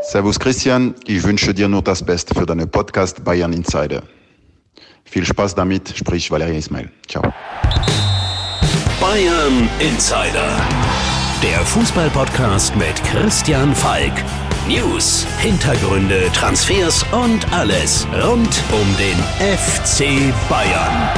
Servus Christian, ich wünsche dir nur das Beste für deinen Podcast Bayern Insider. Viel Spaß damit, spricht Valerian Ismail. Ciao. Bayern Insider, der Fußball-Podcast mit Christian Falk. News, Hintergründe, Transfers und alles rund um den FC Bayern.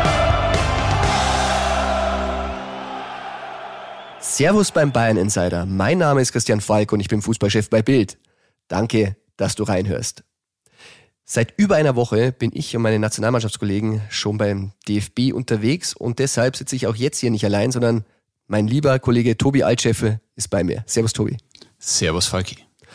Servus beim Bayern Insider. Mein Name ist Christian Falk und ich bin Fußballchef bei Bild. Danke, dass du reinhörst. Seit über einer Woche bin ich und meine Nationalmannschaftskollegen schon beim DFB unterwegs und deshalb sitze ich auch jetzt hier nicht allein, sondern mein lieber Kollege Tobi Altscheffel ist bei mir. Servus Tobi. Servus Falki.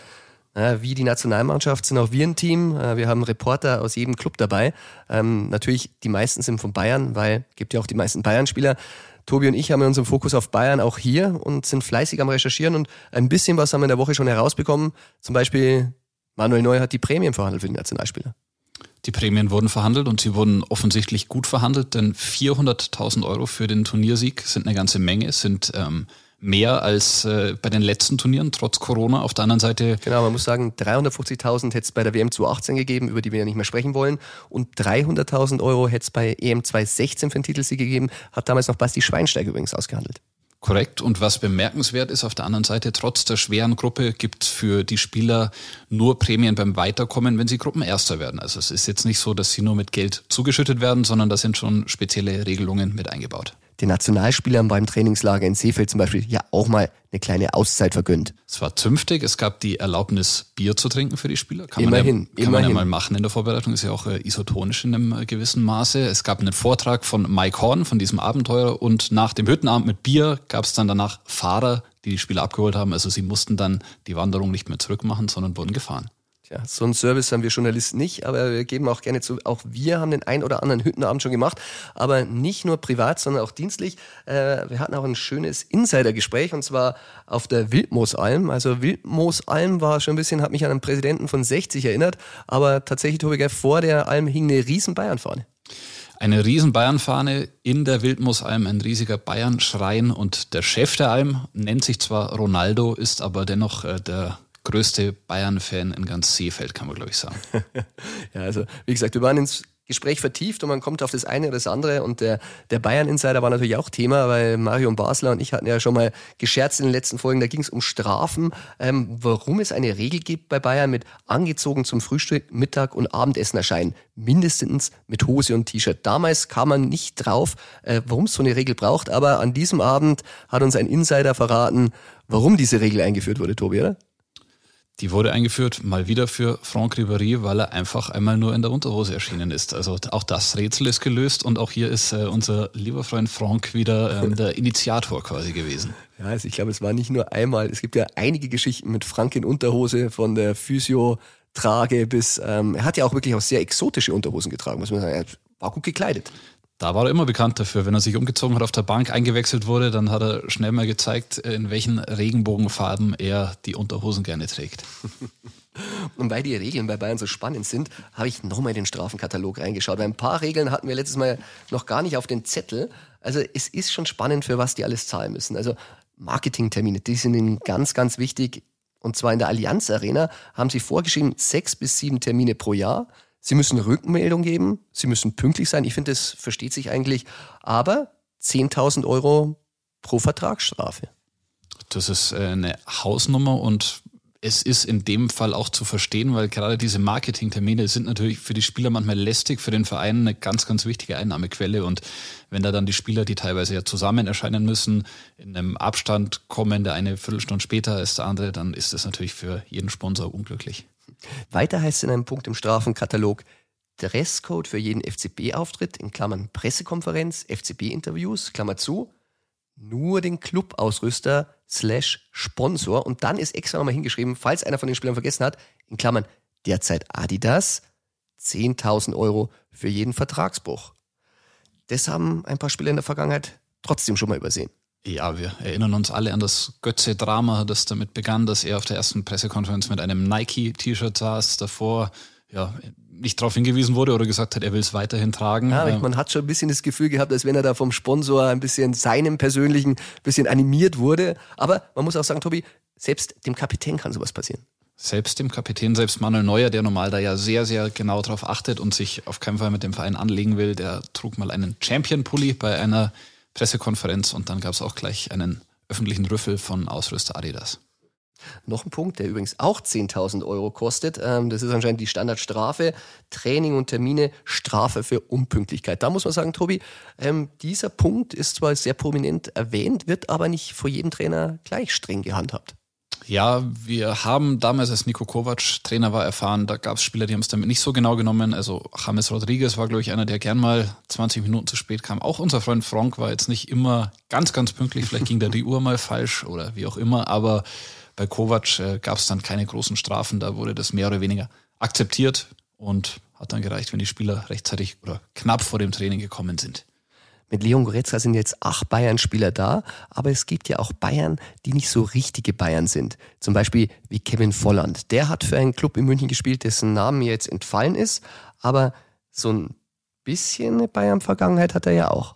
Wie die Nationalmannschaft sind auch wir ein Team. Wir haben Reporter aus jedem Club dabei. Natürlich die meisten sind von Bayern, weil es gibt ja auch die meisten Bayern-Spieler. Tobi und ich haben unseren Fokus auf Bayern auch hier und sind fleißig am Recherchieren und ein bisschen was haben wir in der Woche schon herausbekommen. Zum Beispiel Manuel Neuer hat die Prämien verhandelt für die Nationalspieler. Die Prämien wurden verhandelt und sie wurden offensichtlich gut verhandelt, denn 400.000 Euro für den Turniersieg sind eine ganze Menge, sind mehr als bei den letzten Turnieren, trotz Corona. Auf der anderen Seite... Genau, man muss sagen, 350.000 hätte es bei der WM 2018 gegeben, über die wir ja nicht mehr sprechen wollen. Und 300.000 Euro hätte es bei EM 2016 für den Titelsieg gegeben, hat damals noch Basti Schweinsteiger übrigens ausgehandelt. Korrekt. Und was bemerkenswert ist, auf der anderen Seite, trotz der schweren Gruppe gibt es für die Spieler nur Prämien beim Weiterkommen, wenn sie Gruppenerster werden. Also es ist jetzt nicht so, dass sie nur mit Geld zugeschüttet werden, sondern da sind schon spezielle Regelungen mit eingebaut. Den Nationalspielern beim Trainingslager in Seefeld zum Beispiel ja auch mal eine kleine Auszeit vergönnt. Es war zünftig, es gab die Erlaubnis, Bier zu trinken für die Spieler. Kann Immerhin. man ja mal machen in der Vorbereitung, ist ja auch isotonisch in einem gewissen Maße. Es gab einen Vortrag von Mike Horn, von diesem Abenteurer, und nach dem Hüttenabend mit Bier gab es dann danach Fahrer, die die Spieler abgeholt haben. Also sie mussten dann die Wanderung nicht mehr zurückmachen, sondern wurden gefahren. Ja, so einen Service haben wir Journalisten nicht, aber wir geben auch gerne zu, auch wir haben den ein oder anderen Hüttenabend schon gemacht, aber nicht nur privat, sondern auch dienstlich. Wir hatten auch ein schönes Insidergespräch und zwar auf der Wildmoosalm. Also Wildmoosalm war schon ein bisschen, hat mich an einen Präsidenten von 60 erinnert, aber tatsächlich, Tobi, vor der Alm hing eine riesen Bayern-Fahne. Eine riesen Bayern-Fahne in der Wildmoosalm, ein riesiger Bayern-Schrein, und der Chef der Alm nennt sich zwar Ronaldo, ist aber dennoch der größte Bayern-Fan in ganz Seefeld, kann man glaube ich sagen. Ja, also wie gesagt, wir waren ins Gespräch vertieft und man kommt auf das eine oder das andere und der Bayern-Insider war natürlich auch Thema, weil Mario und Basler und ich hatten ja schon mal gescherzt in den letzten Folgen, da ging es um Strafen, warum es eine Regel gibt bei Bayern mit angezogen zum Frühstück, Mittag und Abendessen erscheinen, mindestens mit Hose und T-Shirt. Damals kam man nicht drauf, warum es so eine Regel braucht, aber an diesem Abend hat uns ein Insider verraten, warum diese Regel eingeführt wurde, Tobi, oder? Die wurde eingeführt, mal wieder für Franck Ribéry, weil er einfach einmal nur in der Unterhose erschienen ist. Also auch das Rätsel ist gelöst und auch hier ist unser lieber Freund Franck wieder der Initiator quasi gewesen. Ja, also ich glaube, es war nicht nur einmal. Es gibt ja einige Geschichten mit Frank in Unterhose, von der Physio-Trage bis, er hat ja auch wirklich auch sehr exotische Unterhosen getragen, muss man sagen. Er war gut gekleidet. Da war er immer bekannt dafür. Wenn er sich umgezogen hat, auf der Bank eingewechselt wurde, dann hat er schnell mal gezeigt, in welchen Regenbogenfarben er die Unterhosen gerne trägt. Und weil die Regeln bei Bayern so spannend sind, habe ich nochmal in den Strafenkatalog reingeschaut. Weil ein paar Regeln hatten wir letztes Mal noch gar nicht auf den Zettel. Also es ist schon spannend, für was die alles zahlen müssen. Also Marketingtermine, die sind ihnen ganz, ganz wichtig. Und zwar in der Allianz Arena haben sie vorgeschrieben, 6 bis 7 Termine pro Jahr. Sie müssen Rückmeldung geben, sie müssen pünktlich sein. Ich finde, das versteht sich eigentlich. Aber 10.000 Euro pro Vertragsstrafe. Das ist eine Hausnummer und es ist in dem Fall auch zu verstehen, weil gerade diese Marketingtermine sind natürlich für die Spieler manchmal lästig, für den Verein eine ganz, ganz wichtige Einnahmequelle. Und wenn da dann die Spieler, die teilweise ja zusammen erscheinen müssen, in einem Abstand kommen, der eine Viertelstunde später als der andere, dann ist das natürlich für jeden Sponsor unglücklich. Weiter heißt es in einem Punkt im Strafenkatalog, Dresscode für jeden FCB-Auftritt, in Klammern Pressekonferenz, FCB-Interviews, Klammer zu, nur den Clubausrüster /Sponsor. Und dann ist extra nochmal hingeschrieben, falls einer von den Spielern vergessen hat, in Klammern derzeit Adidas, 10.000 Euro für jeden Vertragsbruch. Das haben ein paar Spieler in der Vergangenheit trotzdem schon mal übersehen. Ja, wir erinnern uns alle an das Götze-Drama, das damit begann, dass er auf der ersten Pressekonferenz mit einem Nike-T-Shirt saß, davor nicht darauf hingewiesen wurde oder gesagt hat, er will es weiterhin tragen. Ja, man hat schon ein bisschen das Gefühl gehabt, als wenn er da vom Sponsor ein bisschen seinem persönlichen bisschen animiert wurde. Aber man muss auch sagen, Tobi, selbst dem Kapitän kann sowas passieren. selbst dem Kapitän, selbst Manuel Neuer, der normal da ja sehr, sehr genau drauf achtet und sich auf keinen Fall mit dem Verein anlegen will, der trug mal einen Champion-Pulli bei einer Pressekonferenz und dann gab es auch gleich einen öffentlichen Rüffel von Ausrüster Adidas. Noch ein Punkt, der übrigens auch 10.000 Euro kostet. Das ist anscheinend die Standardstrafe. Training und Termine, Strafe für Unpünktlichkeit. Da muss man sagen, Tobi, dieser Punkt ist zwar sehr prominent erwähnt, wird aber nicht vor jedem Trainer gleich streng gehandhabt. Ja, wir haben damals, als Niko Kovac Trainer war, erfahren, da gab es Spieler, die haben es damit nicht so genau genommen. Also James Rodriguez war, glaube ich, einer, der gern mal 20 Minuten zu spät kam. Auch unser Freund Franck war jetzt nicht immer ganz, ganz pünktlich. Vielleicht ging da die Uhr mal falsch oder wie auch immer. Aber bei Kovac gab es dann keine großen Strafen. Da wurde das mehr oder weniger akzeptiert und hat dann gereicht, wenn die Spieler rechtzeitig oder knapp vor dem Training gekommen sind. Mit Leon Goretzka sind jetzt 8 Bayern-Spieler da, aber es gibt ja auch Bayern, die nicht so richtige Bayern sind. Zum Beispiel wie Kevin Volland. Der hat für einen Club in München gespielt, dessen Namen mir jetzt entfallen ist, aber so ein bisschen eine Bayern-Vergangenheit hat er ja auch.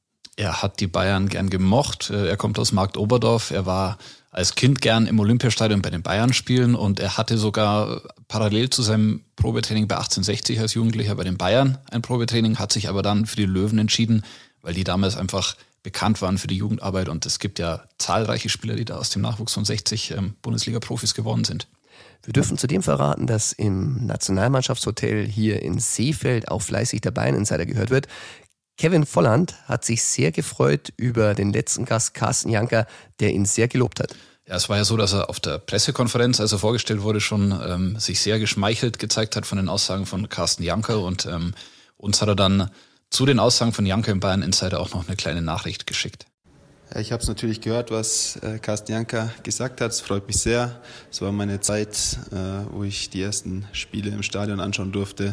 Er hat die Bayern gern gemocht. Er kommt aus Marktoberdorf. Er war als Kind gern im Olympiastadion bei den Bayern spielen und er hatte sogar parallel zu seinem Probetraining bei 1860 als Jugendlicher bei den Bayern ein Probetraining, hat sich aber dann für die Löwen entschieden, weil die damals einfach bekannt waren für die Jugendarbeit und es gibt ja zahlreiche Spieler, die da aus dem Nachwuchs von 60 Bundesliga-Profis geworden sind. Wir dürfen zudem verraten, dass im Nationalmannschaftshotel hier in Seefeld auch fleißig der Bayern-Insider gehört wird. Kevin Volland hat sich sehr gefreut über den letzten Gast Carsten Janker, der ihn sehr gelobt hat. Ja, es war ja so, dass er auf der Pressekonferenz, als er vorgestellt wurde, schon sich sehr geschmeichelt gezeigt hat von den Aussagen von Carsten Janker und uns hat er dann zu den Aussagen von Janker im Bayern Insider auch noch eine kleine Nachricht geschickt. Ja, ich habe es natürlich gehört, was Carsten Janker gesagt hat. Es freut mich sehr. Es war meine Zeit, wo ich die ersten Spiele im Stadion anschauen durfte.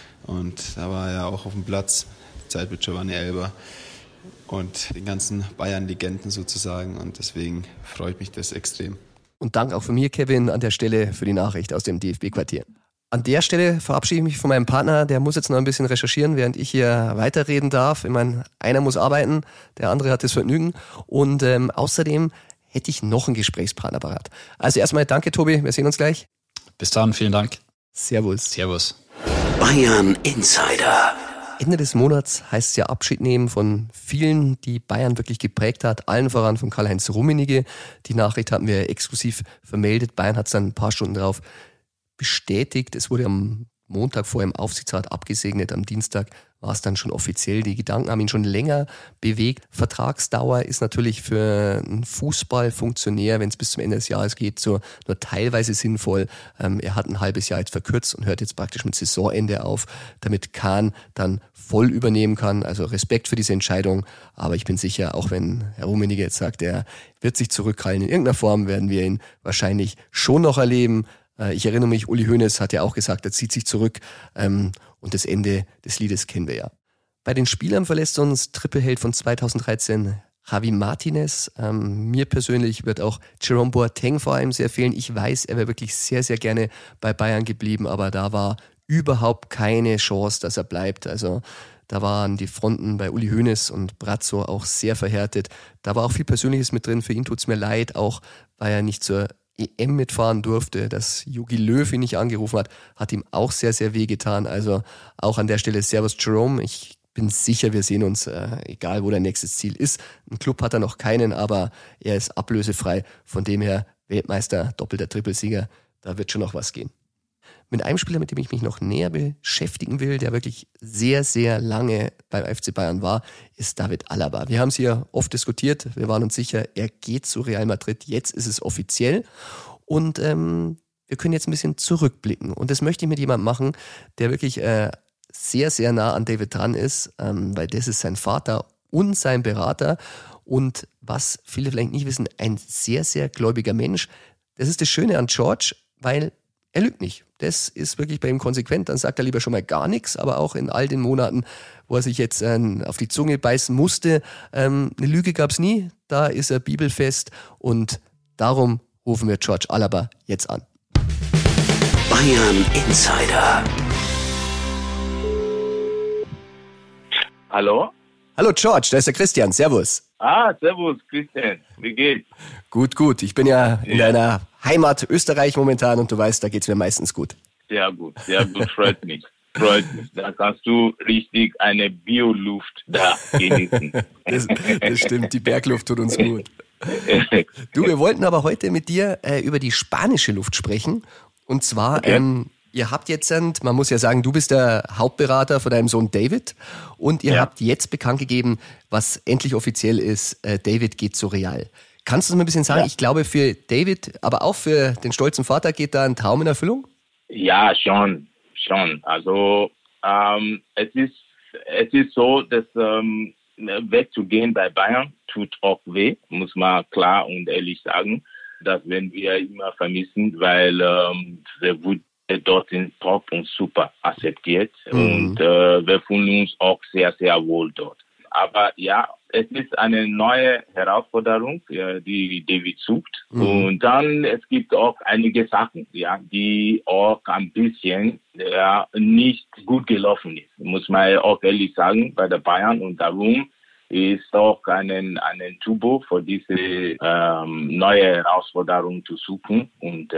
Und da war er auch auf dem Platz, die Zeit mit Giovanni Elber und den ganzen Bayern-Legenden sozusagen. Und deswegen freut mich das extrem. Und Dank auch von mir, Kevin, an der Stelle für die Nachricht aus dem DFB-Quartier. An der Stelle verabschiede ich mich von meinem Partner, der muss jetzt noch ein bisschen recherchieren, während ich hier weiterreden darf. Ich meine, einer muss arbeiten, der andere hat das Vergnügen und außerdem hätte ich noch einen Gesprächspartner parat. Also erstmal danke, Tobi, wir sehen uns gleich. Bis dann, vielen Dank. Servus. Servus. Bayern Insider. Ende des Monats heißt es ja Abschied nehmen von vielen, die Bayern wirklich geprägt hat, allen voran von Karl-Heinz Rummenigge. Die Nachricht hatten wir exklusiv vermeldet, Bayern hat es dann ein paar Stunden drauf bestätigt. Es wurde am Montag vor im Aufsichtsrat abgesegnet. Am Dienstag war es dann schon offiziell. Die Gedanken haben ihn schon länger bewegt. Vertragsdauer ist natürlich für einen Fußballfunktionär, wenn es bis zum Ende des Jahres geht, so nur teilweise sinnvoll. Er hat ein halbes Jahr jetzt verkürzt und hört jetzt praktisch mit Saisonende auf, damit Kahn dann voll übernehmen kann. Also Respekt für diese Entscheidung. Aber ich bin sicher, auch wenn Herr Rummenigge jetzt sagt, er wird sich zurückhalten, in irgendeiner Form werden wir ihn wahrscheinlich schon noch erleben. Ich erinnere mich, Uli Hoeneß hat ja auch gesagt, er zieht sich zurück und das Ende des Liedes kennen wir ja. Bei den Spielern verlässt uns Trippelheld von 2013 Javi Martinez. Mir persönlich wird auch Jerome Boateng vor allem sehr fehlen. Ich weiß, er wäre wirklich sehr, sehr gerne bei Bayern geblieben, aber da war überhaupt keine Chance, dass er bleibt. Also da waren die Fronten bei Uli Hoeneß und Brazzo auch sehr verhärtet. Da war auch viel Persönliches mit drin. Für ihn tut's mir leid, auch weil er nicht zur EM mitfahren durfte, dass Jogi Löw ihn nicht angerufen hat ihm auch sehr, sehr wehgetan. Also auch an der Stelle Servus Jerome. Ich bin sicher, wir sehen uns, egal wo dein nächstes Ziel ist. Ein Club hat er noch keinen, aber er ist ablösefrei. Von dem her Weltmeister, doppelter Trippelsieger, da wird schon noch was gehen. Mit einem Spieler, mit dem ich mich noch näher beschäftigen will, der wirklich sehr, sehr lange beim FC Bayern war, ist David Alaba. Wir haben es hier oft diskutiert. Wir waren uns sicher, er geht zu Real Madrid. Jetzt ist es offiziell. Und wir können jetzt ein bisschen zurückblicken. Und das möchte ich mit jemandem machen, der wirklich sehr, sehr nah an David dran ist, weil das ist sein Vater und sein Berater. Und was viele vielleicht nicht wissen, ein sehr, sehr gläubiger Mensch. Das ist das Schöne an George, weil er lügt nicht. Das ist wirklich bei ihm konsequent. Dann sagt er lieber schon mal gar nichts, aber auch in all den Monaten, wo er sich jetzt auf die Zunge beißen musste, eine Lüge gab es nie. Da ist er bibelfest und darum rufen wir George Alaba jetzt an. Bayern Insider. Hallo? Hallo George, da ist der Christian. Servus. Servus, Christian. Wie geht's? Gut. Ich bin ja in deiner Heimat Österreich momentan und du weißt, da geht's mir meistens gut. Sehr gut, freut mich. Da kannst du richtig eine Bioluft da genießen. Das stimmt, die Bergluft tut uns gut. Du, wir wollten aber heute mit dir über die spanische Luft sprechen. Und zwar, ihr habt jetzt, man muss ja sagen, du bist der Hauptberater von deinem Sohn David und ihr habt jetzt bekannt gegeben, was endlich offiziell ist, David geht zu Real. Kannst du uns mal ein bisschen sagen, ich glaube für David, aber auch für den stolzen Vater geht da ein Traum in Erfüllung? Ja, schon. Also es ist so, dass wegzugehen bei Bayern tut auch weh, muss man klar und ehrlich sagen. Das werden wir immer vermissen, weil wir wurden dort in top und super akzeptiert und wir fühlen uns auch sehr, sehr wohl dort. Aber ja, es ist eine neue Herausforderung, die David sucht. Und dann, es gibt auch einige Sachen, die auch ein bisschen nicht gut gelaufen ist. Muss man auch ehrlich sagen, bei der Bayern. Und darum ist auch einen Turbo für diese neue Herausforderung zu suchen. Und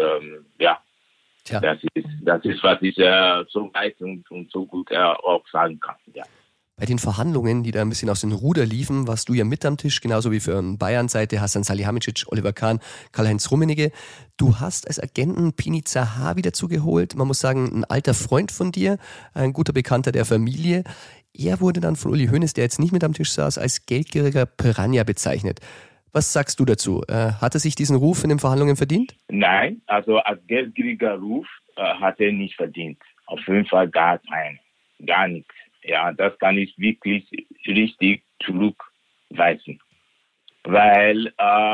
das ist, was ich so weit und so gut auch sagen kann. Ja. Bei den Verhandlungen, die da ein bisschen aus dem Ruder liefen, warst du ja mit am Tisch, genauso wie für Bayern-Seite Hasan Salihamidzic, Oliver Kahn, Karl-Heinz Rummenigge. Du hast als Agenten Pini Zahavi dazu geholt. Man muss sagen, ein alter Freund von dir, ein guter Bekannter der Familie. Er wurde dann von Uli Hoeneß, der jetzt nicht mit am Tisch saß, als geldgieriger Piranha bezeichnet. Was sagst du dazu? Hat er sich diesen Ruf in den Verhandlungen verdient? Nein, also als geldgieriger Ruf hat er nicht verdient. Auf jeden Fall gar nichts. Ja, das kann ich wirklich richtig zurückweisen. Weil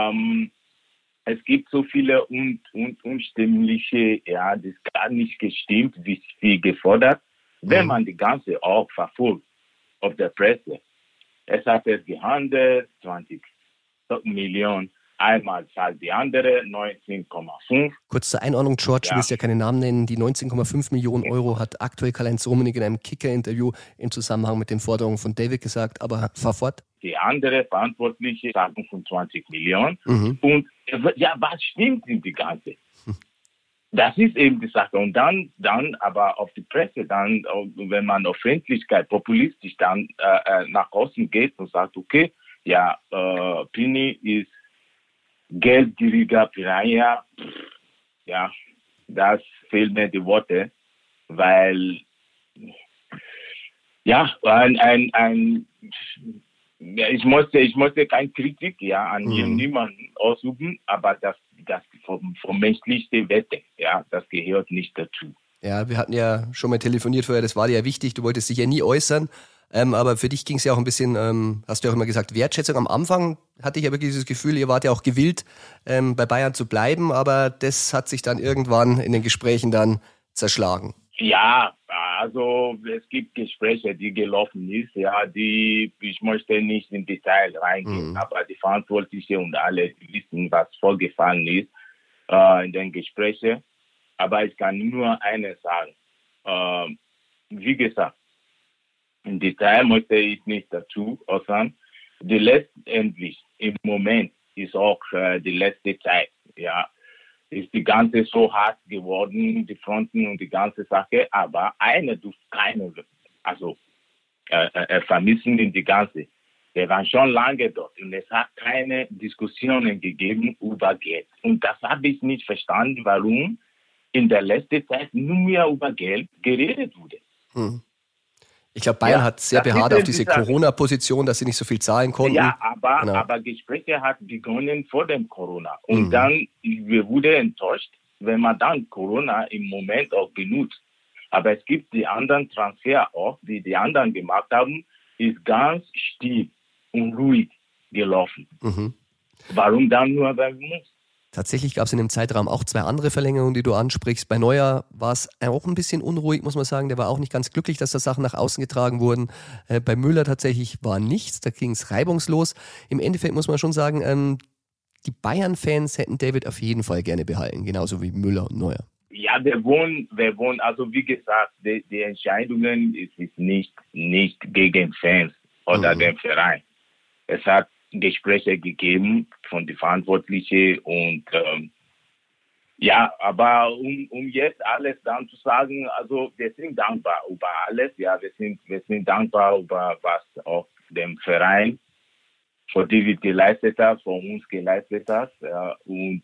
es gibt so viele unstimmliche, das gar nicht gestimmt, wie gefordert. Wenn man die ganze auch verfolgt auf der Presse. Es hat es gehandelt, 20 Millionen. Einmal zahlt die andere 19,5. Kurz zur Einordnung, George, du willst ja keine Namen nennen. Die 19,5 Millionen Euro hat aktuell Karl-Heinz Rummenigge in einem Kicker-Interview im Zusammenhang mit den Forderungen von David gesagt, aber fahr fort. Die andere Verantwortliche sagt 25 Millionen. Und was stimmt in die ganze? Das ist eben die Sache. Und dann aber auf die Presse, dann, wenn man auf Öffentlichkeit populistisch dann nach außen geht und sagt, okay, Pini ist geldgieriger Piranha, das fehlen mir die Worte, weil ich musste keine Kritik an niemanden ausüben, aber das vom menschlichsten Werte, das gehört nicht dazu. Ja, wir hatten ja schon mal telefoniert vorher, das war dir ja wichtig, du wolltest dich ja nie äußern. Aber für dich ging es ja auch ein bisschen, hast du ja auch immer gesagt, Wertschätzung. Am Anfang hatte ich ja wirklich dieses Gefühl, ihr wart ja auch gewillt, bei Bayern zu bleiben, aber das hat sich dann irgendwann in den Gesprächen dann zerschlagen. Ja, also es gibt Gespräche, die gelaufen ist, ich möchte nicht in Detail reingehen, aber die Verantwortlichen und alle wissen, was vorgefallen ist in den Gesprächen. Aber ich kann nur eines sagen, wie gesagt, im Detail möchte ich nicht dazu äußern. Letztendlich, im Moment ist auch die letzte Zeit, ist die ganze so hart geworden, die Fronten und die ganze Sache, aber einer durfte keine, vermissen in die ganze. Wir waren schon lange dort und es hat keine Diskussionen gegeben über Geld. Und das habe ich nicht verstanden, warum in der letzten Zeit nur über Geld geredet wurde. Ich glaube, Bayern hat sehr beharrt auf diese Corona-Position, dass sie nicht so viel zahlen konnten. Ja, aber Gespräche hat begonnen vor dem Corona. Und dann, wir wurden enttäuscht, wenn man dann Corona im Moment auch benutzt. Aber es gibt die anderen Transfer auch, die anderen gemacht haben, ist ganz still und ruhig gelaufen. Warum dann nur bei uns? Tatsächlich gab es in dem Zeitraum auch 2 andere Verlängerungen, die du ansprichst. Bei Neuer war es auch ein bisschen unruhig, muss man sagen. Der war auch nicht ganz glücklich, dass da Sachen nach außen getragen wurden. Bei Müller tatsächlich war nichts, da ging es reibungslos. Im Endeffekt muss man schon sagen, die Bayern-Fans hätten David auf jeden Fall gerne behalten, genauso wie Müller und Neuer. Ja, wir wollen, also wie gesagt, die Entscheidungen ist nicht gegen Fans oder den Verein. Es hat Gespräche gegeben von den Verantwortlichen und ja, aber um jetzt alles dann zu sagen, also wir sind dankbar über alles, ja, wir sind dankbar über was auch dem Verein von David geleistet hat, von uns geleistet hat, ja, und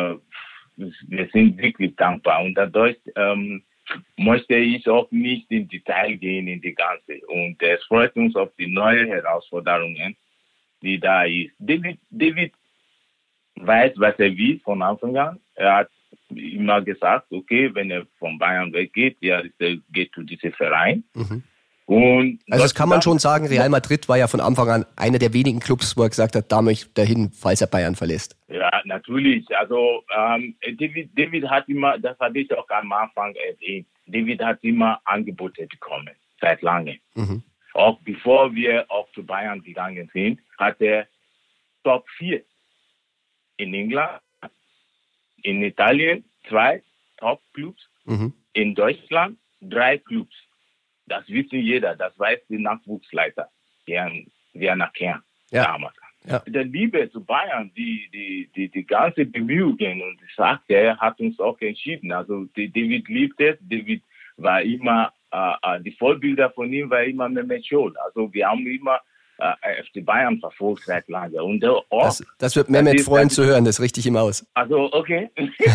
wir sind wirklich dankbar und dadurch möchte ich auch nicht in Detail gehen in die ganze und es freut uns auf die neuen Herausforderungen, die da ist. David weiß, was er will von Anfang an. Er hat immer gesagt, okay, wenn er von Bayern weggeht, ja, er geht zu diesem Verein. Mhm. Und also das kann man schon sagen, Real Madrid war ja von Anfang an einer der wenigen Clubs, wo er gesagt hat, da möchte er hin, falls er Bayern verlässt. Ja, natürlich. Also David hat immer, das hatte ich auch am Anfang erwähnt, David hat immer Angebote bekommen, seit langem. Mhm. Auch bevor wir auch zu Bayern gegangen sind, hat er Top 4 in England, in Italien 2 Top-Clubs, in Deutschland 3 Clubs. Das wissen jeder, das weiß die Nachwuchsleiter, Werner Kern damals. Ja. Der Liebe zu Bayern, die ganze Bemühungen und ich sagte, er hat uns auch entschieden. Also David liebt es, David war immer, die Vorbilder von ihm war immer Mehmet Scholl. Also wir haben immer FC Bayern verfolgt seit langem. Und das wird Mehmet freuen zu hören, das richte ich ihm aus. Also okay.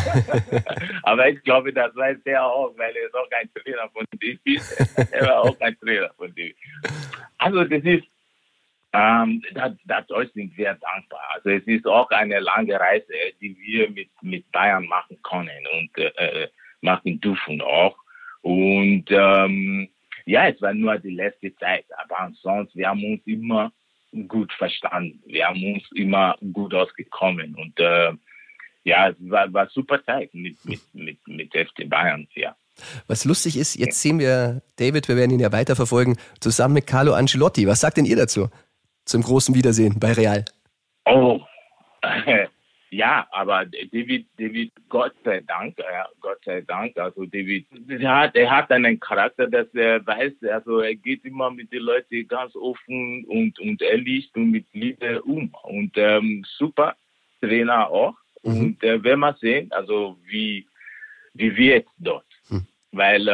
Aber ich glaube, das weiß er auch, weil er ist auch ein Trainer von David. Er war auch ein Trainer von David. Also das ist, dadurch sind wir dankbar. Also es ist auch eine lange Reise, die wir mit Bayern machen können und machen dürfen auch. Und ja, es war nur die letzte Zeit, aber ansonsten, wir haben uns immer gut verstanden. Wir haben uns immer gut ausgekommen und ja, es war super Zeit mit FC Bayern, ja. Was lustig ist, jetzt sehen wir David, wir werden ihn ja weiterverfolgen, zusammen mit Carlo Ancelotti. Was sagt denn ihr dazu? Zum großen Wiedersehen bei Real. Oh, ja, aber David, Gott sei Dank, also David, er hat einen Charakter, dass er weiß, also er geht immer mit den Leuten ganz offen und ehrlich und mit Liebe um. Und super Trainer auch. Und werden wir sehen, also wie wird dort. Weil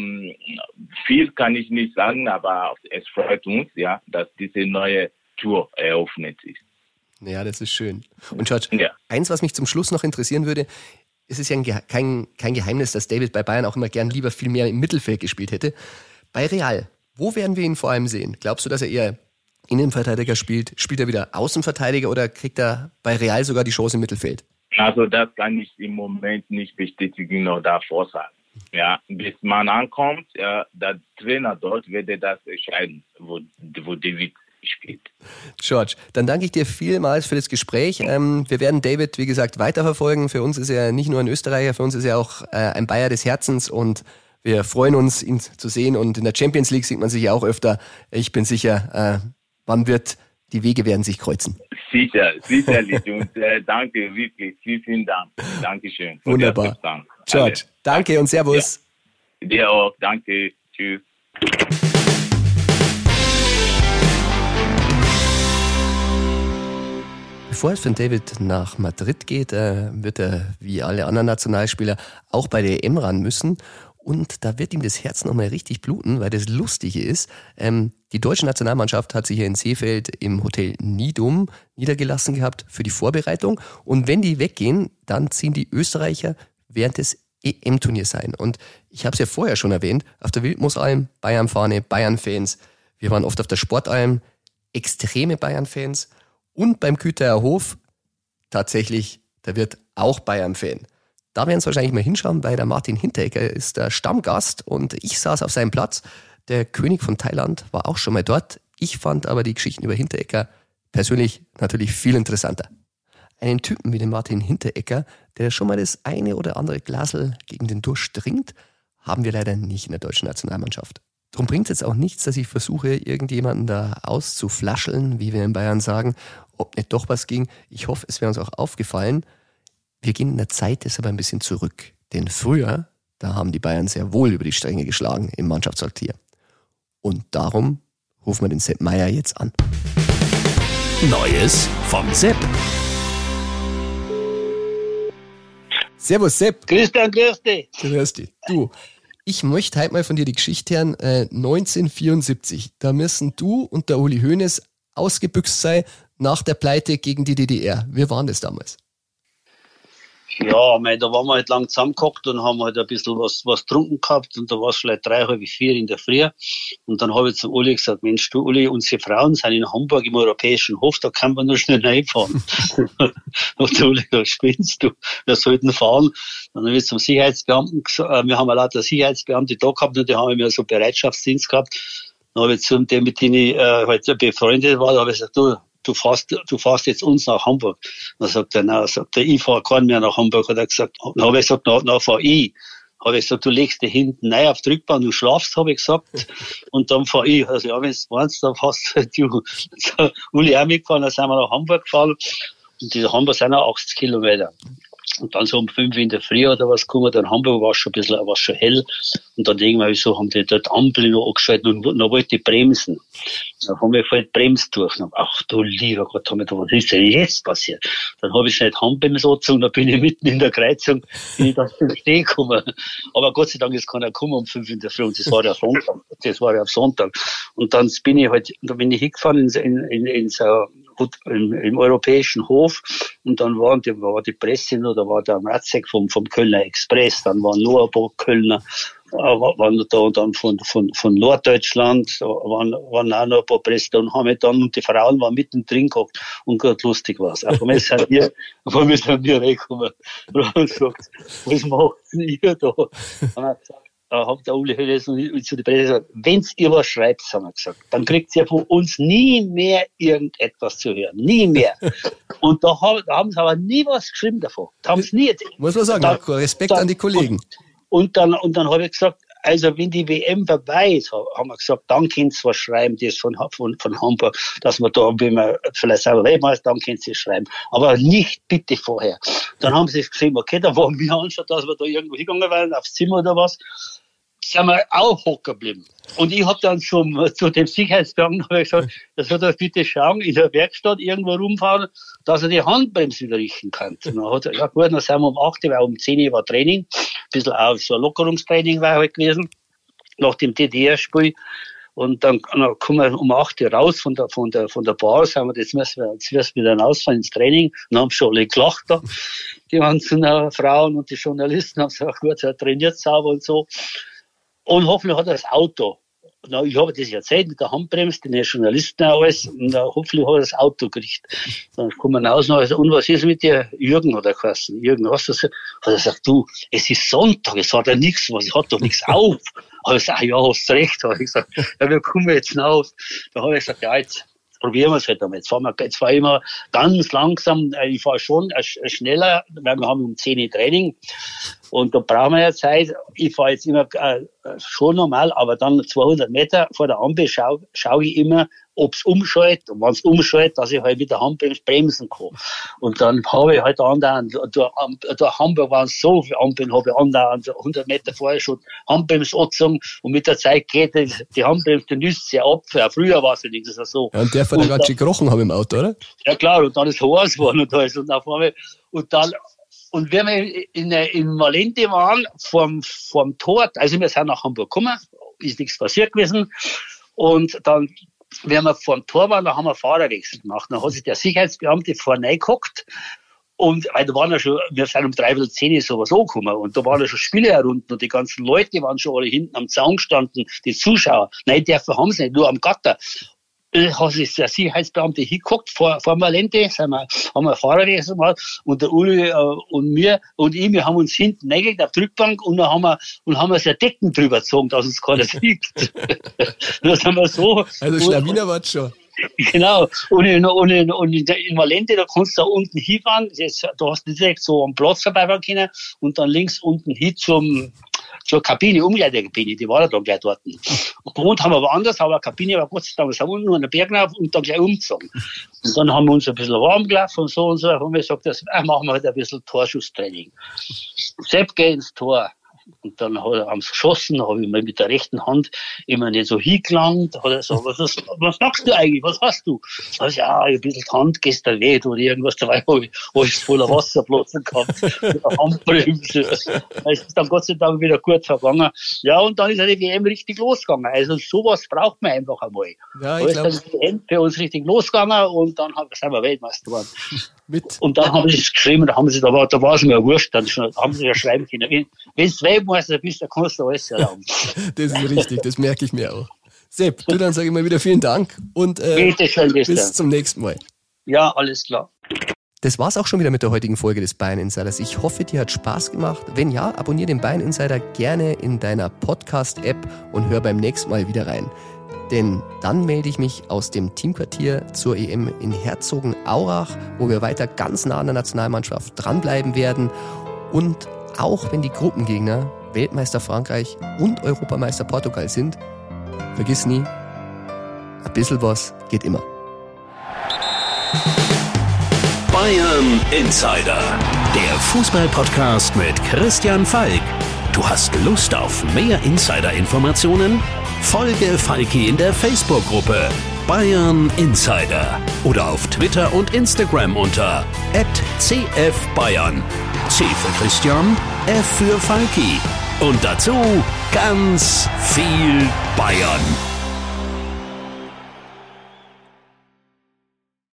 viel kann ich nicht sagen, aber es freut uns, ja, dass diese neue Tour eröffnet ist. Ja, das ist schön. Und George, eins, was mich zum Schluss noch interessieren würde, es ist ja kein Geheimnis, dass David bei Bayern auch immer gern lieber viel mehr im Mittelfeld gespielt hätte. Bei Real, wo werden wir ihn vor allem sehen? Glaubst du, dass er eher Innenverteidiger spielt? Spielt er wieder Außenverteidiger oder kriegt er bei Real sogar die Chance im Mittelfeld? Also das kann ich im Moment nicht bestätigen oder davor sagen. Ja, bis man ankommt, der Trainer dort werde das entscheiden, wo David spielt. George, dann danke ich dir vielmals für das Gespräch. Wir werden David, wie gesagt, weiterverfolgen. Für uns ist er nicht nur ein Österreicher, für uns ist er auch ein Bayer des Herzens und wir freuen uns, ihn zu sehen. Und in der Champions League sieht man sich ja auch öfter. Ich bin sicher, die Wege werden sich kreuzen. Sicherlich. Und danke, wirklich. Vielen Dank. Dankeschön. Wunderbar. George, danke und Servus. Ja. Dir auch. Danke. Tschüss. Bevor es für David nach Madrid geht, wird er wie alle anderen Nationalspieler auch bei der EM ran müssen. Und da wird ihm das Herz nochmal richtig bluten, weil das Lustige ist, die deutsche Nationalmannschaft hat sich hier in Seefeld im Hotel Nidum niedergelassen gehabt für die Vorbereitung. Und wenn die weggehen, dann ziehen die Österreicher während des EM-Turniers ein. Und ich habe es ja vorher schon erwähnt, auf der Wildmoosalm, Bayern-Fahne, Bayern-Fans. Wir waren oft auf der Sportalm, extreme Bayern-Fans. Und beim Küterer Hof, tatsächlich, da wird auch Bayern-Fan. Da werden Sie wahrscheinlich mal hinschauen, weil der Martin Hinteregger ist der Stammgast und ich saß auf seinem Platz. Der König von Thailand war auch schon mal dort. Ich fand aber die Geschichten über Hinteregger persönlich natürlich viel interessanter. Einen Typen wie den Martin Hinteregger, der schon mal das eine oder andere Glasl gegen den Durst trinkt, haben wir leider nicht in der deutschen Nationalmannschaft. Darum bringt es jetzt auch nichts, dass ich versuche, irgendjemanden da auszuflascheln, wie wir in Bayern sagen, ob nicht doch was ging. Ich hoffe, es wäre uns auch aufgefallen. Wir gehen in der Zeit deshalb ein bisschen zurück. Denn früher, da haben die Bayern sehr wohl über die Stränge geschlagen im Mannschaftssaltier. Und darum rufen wir den Sepp Maier jetzt an. Neues vom Sepp. Servus Sepp. Christian, grüß dich. Grüß dich. Du, ich möchte heute mal von dir die Geschichte hören. 1974, da müssen du und der Uli Hoeneß ausgebüxt sein nach der Pleite gegen die DDR. Wie war das damals? Ja, da waren wir halt lang zusammengehockt und haben halt ein bisschen was getrunken gehabt und da war es vielleicht 3, halb 4 in der Früh und dann habe ich zum Uli gesagt, Mensch du Uli, unsere Frauen sind in Hamburg im Europäischen Hof, da kann man nur schnell reinfahren. Und der Uli, da spinnst du, wir sollten fahren. Dann habe ich zum Sicherheitsbeamten gesagt, wir haben ja lauter Sicherheitsbeamte da gehabt und die haben ja so Bereitschaftsdienst gehabt. Dann habe ich zu dem, mit dem ich halt befreundet war, da habe ich gesagt, du fährst jetzt uns nach Hamburg. Dann sagt er, nein, ich fahre keinen mehr nach Hamburg, hat er gesagt. Dann habe ich gesagt, na fahr ich. Habe ich gesagt, du legst dich hinten rein auf die Rückbahn, du schlafst, habe ich gesagt, und dann fahr ich. Also ja, wenn du meinst, dann fährst du. Uli auch mitgefahren, dann sind wir nach Hamburg gefahren, und die Hamburg sind auch 80 Kilometer. Und dann so um 5 in der Früh oder was gekommen, dann Hamburg war schon hell. Und dann irgendwann so haben die dort Ampel noch angeschaltet und dann wollte ich bremsen. Dann haben wir voll bremst durch. Dann, ach du lieber Gott, was ist denn jetzt passiert? Dann habe ich schnell die Handbremse angezogen, dann bin ich mitten in der Kreuzung, bin ich dann zum Stehen gekommen. Aber Gott sei Dank ist keiner gekommen um 5 in der Früh und das war ja auf Sonntag. Und dann bin ich hingefahren im Europäischen Hof und dann war die Presse noch, da war der Matzek vom Kölner Express, dann waren noch ein paar Kölner, waren da und dann von Norddeutschland, waren auch noch ein paar Presse und haben dann, und die Frauen waren mittendrin gehockt und gerade lustig war's. Auf einmal sind wir reingekommen und haben gesagt, was macht denn ihr da? Da hat der Uli Hoeneß zu der Presse gesagt, wenn's ihr was schreibt, haben wir gesagt, dann kriegt ihr von uns nie mehr irgendetwas zu hören. Nie mehr. Und da haben sie aber nie was geschrieben davon. Da haben sie nie. Muss man sagen, Respekt an die Kollegen. Und dann habe ich gesagt, also wenn die WM vorbei ist, haben wir gesagt, dann könnt ihr was schreiben, das von Hamburg, dass wir da, wenn wir vielleicht selber Weltmeister, dann könnt ihr schreiben. Aber nicht bitte vorher. Dann haben sie geschrieben, okay, dann waren wir anstatt, dass wir da irgendwo hingegangen waren, aufs Zimmer oder was, sind wir auch hocken geblieben. Und ich habe dann zu dem Sicherheitsbeamten gesagt, das soll er bitte schauen, in der Werkstatt irgendwo rumfahren, dass er die Handbremse wieder richten kann. Und dann hat er, ja gut, dann sind wir um 8 Uhr, weil um 10 Uhr war Training, ein bisschen auch so ein Lockerungstraining war halt gewesen, nach dem DDR-Spiel. Und dann kommen wir um 8 Uhr raus von der Bar, sagen wir, jetzt müssen wir wieder rausfahren ins Training. Und haben schon alle gelacht da. Die ganzen Frauen und die Journalisten haben gesagt, gut, er trainiert sauber und so. Und hoffentlich hat er das Auto. Na, ich habe das erzählt mit der Handbremse, den Journalisten auch alles. Und hoffentlich hat er das Auto gekriegt. Dann kommen wir raus und also, und was ist mit dir? Jürgen hat er geheißen. Jürgen, hast du das? Hat er gesagt, du, es ist Sonntag, es hat ja nichts, es hat doch nichts auf. Habe ich gesagt, ja, hast recht. Habe ich gesagt, ja, wir kommen jetzt raus. Da habe ich gesagt, ja, jetzt probieren wir es halt einmal. Jetzt fahren wir immer ganz langsam. Ich fahre schon schneller, weil wir haben um 10 Uhr Training. Und da brauchen wir ja Zeit. Ich fahre jetzt immer schon normal, aber dann 200 Meter vor der Ampel schaue ich immer, ob es umschaltet. Und wenn es umschaltet, dass ich halt mit der Handbremse bremsen kann. Und dann habe ich halt andauernd, da Hamburg waren es so viele Ampeln, habe ich andauernd 100 Meter vorher schon Handbremse angezogen. Und mit der Zeit geht die Handbremse, die nüsst sich ab. Früher war es ja nicht so. Ja, und der hat ja ganz schön gerochen haben im Auto, oder? Ja klar, und dann ist heiß geworden und alles. Und auf einmal, und wenn wir in Malente waren, vorm Tor, also wir sind nach Hamburg gekommen, ist nichts passiert gewesen. Und dann, wenn wir vorm Tor waren, da haben wir Fahrerwechsel gemacht. Dann hat sich der Sicherheitsbeamte vorne reingehockt. Und, weil da waren ja schon, wir sind um 9:45 sowas angekommen. Und da waren ja schon Spiele herunten. Und die ganzen Leute waren schon alle hinten am Zaun gestanden, die Zuschauer. Nein, dürfen haben sie nicht, nur am Gatter. Hat sich der Sicherheitsbeamte hingeguckt vor Malente, haben wir Fahrerwechsel gemacht, und der Uli und wir haben uns hinten reingelegt auf die Rückbank und dann haben wir so Decken drüber gezogen, dass uns keiner sieht. Das haben wir so. Also Schlawiner war schon. Genau. Und in Malente, da kannst du da unten hinfahren, da hast du direkt so einen Platz vorbeifahren können und dann links unten hin zur Kabine, Umkleidekabine, die war ja dann gleich dort. Und gewohnt haben wir woanders, aber Kabine war Gott sei Dank so unten an der Berg rauf und dann gleich umgezogen. Und dann haben wir uns ein bisschen warm gelaufen und so. Und wir gesagt, das machen wir halt ein bisschen Torschusstraining. Sepp geht ins Tor. Und dann haben sie geschossen, da habe ich mal mit der rechten Hand immer nicht so hingelangt. Hat er so, was machst du eigentlich? Was hast du? Da ich, ja, ein bisschen die Hand gestern weh oder irgendwas dabei, habe ich voller Wasser bloßen gehabt. Handbremse. Es ist dann Gott sei Dank wieder gut vergangen. Ja, und dann ist ja die WM richtig losgegangen. Also sowas braucht man einfach einmal. Ja, da ist dann die WM für uns richtig losgegangen und dann sind wir Weltmeister geworden. Und dann haben sie es geschrieben, da war es mir wurscht, dann haben sie ja schreiben können, wenn du Weltmeister bist, dann kannst du alles erlauben. Das ist richtig, das merke ich mir auch. Sepp, du, dann sage ich mal wieder vielen Dank und bis zum nächsten Mal. Ja, alles klar. Das war's auch schon wieder mit der heutigen Folge des Bayern Insiders. Ich hoffe, dir hat Spaß gemacht. Wenn ja, abonniere den Bayern Insider gerne in deiner Podcast-App und hör beim nächsten Mal wieder rein. Denn dann melde ich mich aus dem Teamquartier zur EM in Herzogenaurach, wo wir weiter ganz nah an der Nationalmannschaft dranbleiben werden. Und auch wenn die Gruppengegner Weltmeister Frankreich und Europameister Portugal sind, vergiss nie, ein bisschen was geht immer. Bayern Insider, der Fußball-Podcast mit Christian Falk. Du hast Lust auf mehr Insider-Informationen? Folge Falki in der Facebook-Gruppe Bayern Insider oder auf Twitter und Instagram unter @CFBayern. C für Christian, F für Falki. Und dazu ganz viel Bayern.